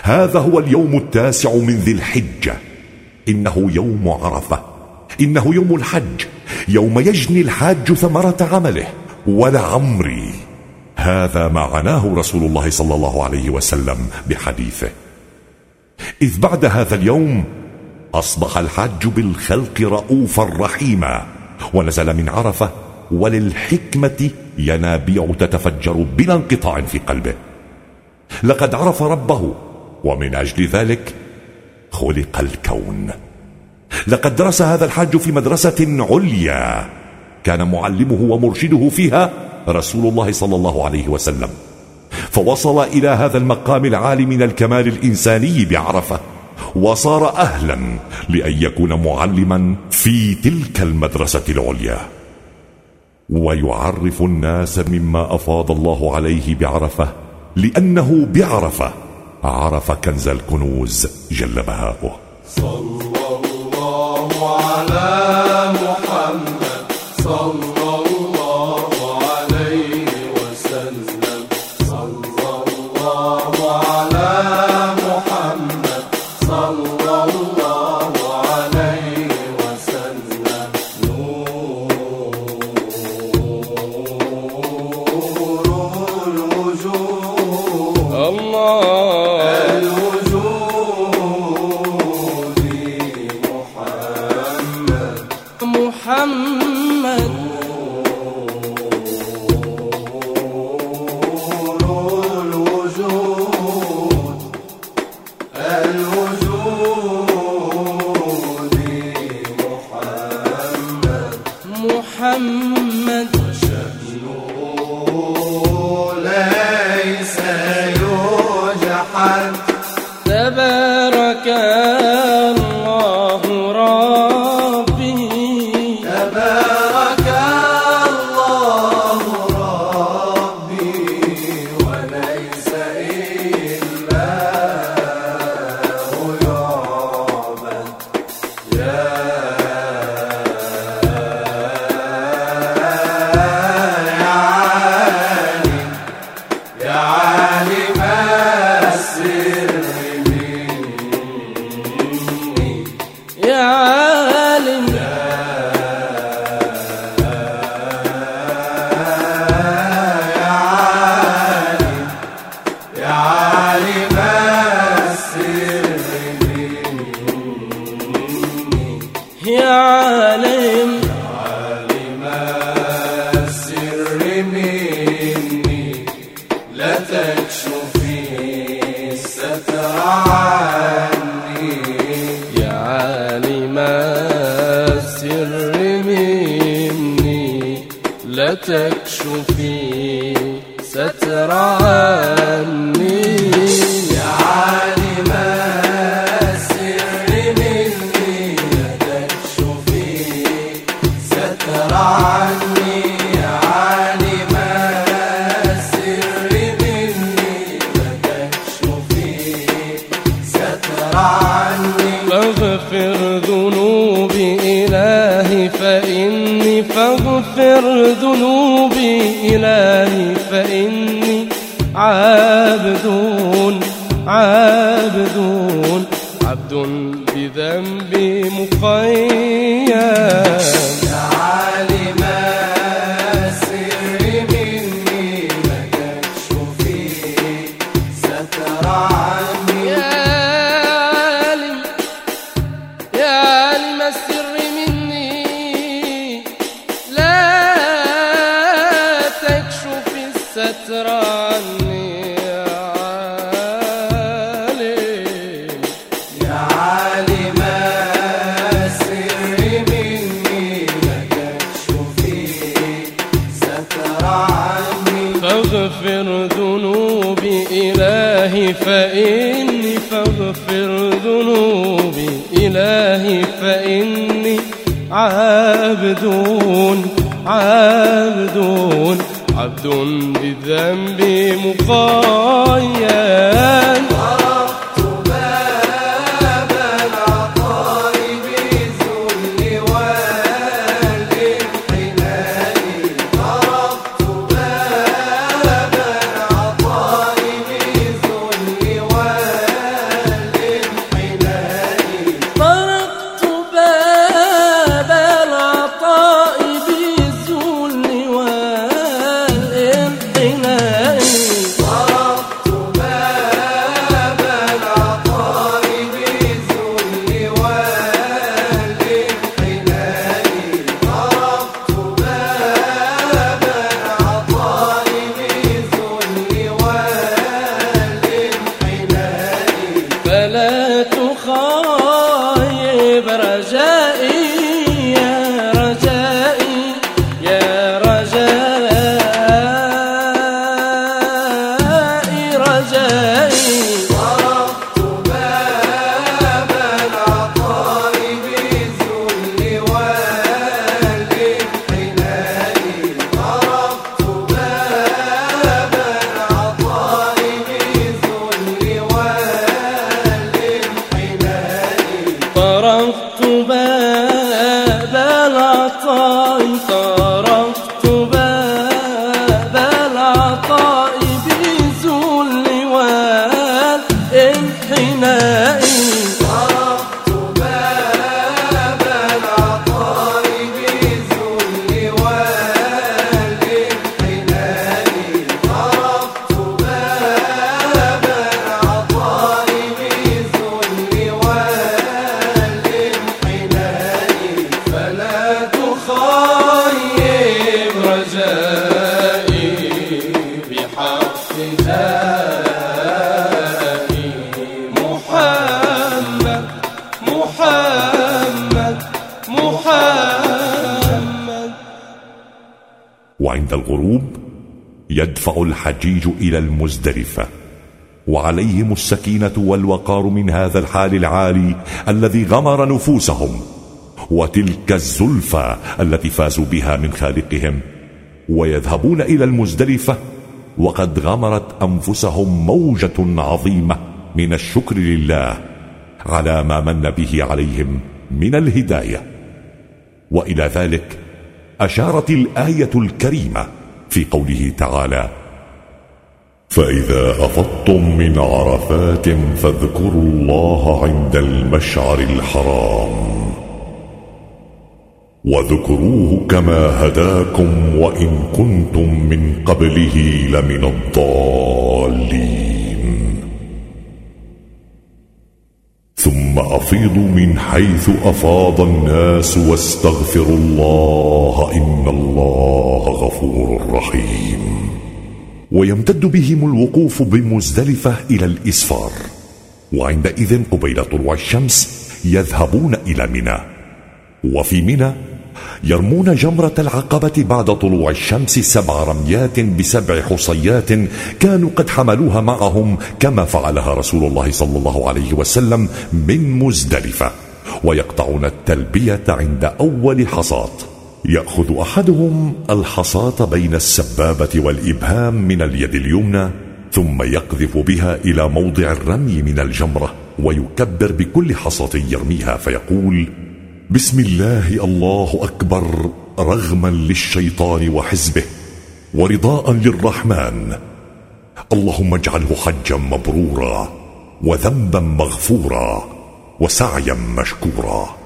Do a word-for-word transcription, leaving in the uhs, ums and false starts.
هذا هو اليوم التاسع من ذي الحجة، إنه يوم عرفة، إنه يوم الحج، يوم يجني الحاج ثمرة عمله. ولعمري هذا ما عناه رسول الله صلى الله عليه وسلم بحديثه. إذ بعد هذا اليوم أصبح الحاج بالخلق رؤوفا رحيما، ونزل من عرفة وللحكمة ينابيع تتفجر بلا انقطاع في قلبه. لقد عرف ربه، ومن أجل ذلك خلق الكون. لقد درس هذا الحاج في مدرسة عليا كان معلمه ومرشده فيها رسول الله صلى الله عليه وسلم، فوصل إلى هذا المقام العالي من الكمال الإنساني بعرفة، وصار أهلا لأن يكون معلما في تلك المدرسة العليا، ويعرف الناس مما أفاض الله عليه بعرفة، لأنه بعرفة عرف كنز الكنوز جل بهاؤه. صلى الله على محمد صلى الله عليه وسلم. صلى الله على محمد صلى الله عليه وسلم. نور الوجود الله محمد. نور الوجود الوجود محمد محمد. وشأنه ليس يجحد. تبارك الله ربي تبارك الله ربي وليس إلا هو يعبد. يا عالم يا عالم السر مني يا عالم يا عالم عالم السر مني لا تكشفي الستر عني. يا عالم السر مني لا تكشفي ستر عني. يا عالم عني يا عالم السر مني لا تكشفي ستر عني. فاغفر ذنوبي إلهي فإني فاغفر ذنوبي إلهي فإني عبد عبد عبد بذنبي مقيد. الستر عني يا عالم يا عالم السر مني لا تكشفي ستر عني. فاغفر ذنوبي إلهي فإني فاغفر ذنوبي إلهي فإني عبد عبد عبد بالذنب مقيد. طرقت باب العطاء بالذل والانحناء. طرقت باب العطاء بالذل والانحناء. وعند الغروب يدفع الحجيج إلى المزدلفة، وعليهم السكينة والوقار من هذا الحال العالي الذي غمر نفوسهم، وتلك الزلفى التي فازوا بها من خالقهم، ويذهبون إلى المزدلفة وقد غمرت أنفسهم موجة عظيمة من الشكر لله على ما من به عليهم من الهداية. وإلى ذلك أشارت الآية الكريمة في قوله تعالى: فإذا أفضتم من عرفات فاذكروا الله عند المشعر الحرام واذكروه كما هداكم وإن كنتم من قبله لمن الضالين ثم أفيضوا من حيث أفاض الناس واستغفروا الله إن الله غفور رحيم. ويمتد بهم الوقوف بمزدلفة إلى الإسفار، وعندئذ قبيل طلوع الشمس يذهبون إلى منى، وفي منى يرمون جمرة العقبة بعد طلوع الشمس سبع رميات بسبع حصيات كانوا قد حملوها معهم كما فعلها رسول الله صلى الله عليه وسلم من مزدلفة، ويقطعون التلبية عند أول حصاة. يأخذ أحدهم الحصاة بين السبابة والإبهام من اليد اليمنى، ثم يقذف بها إلى موضع الرمي من الجمرة، ويكبر بكل حصاة يرميها فيقول: بسم الله الله أكبر، رغما للشيطان وحزبه ورضاء للرحمن، اللهم اجعله حجا مبرورا وذنبا مغفورا وسعيا مشكورا.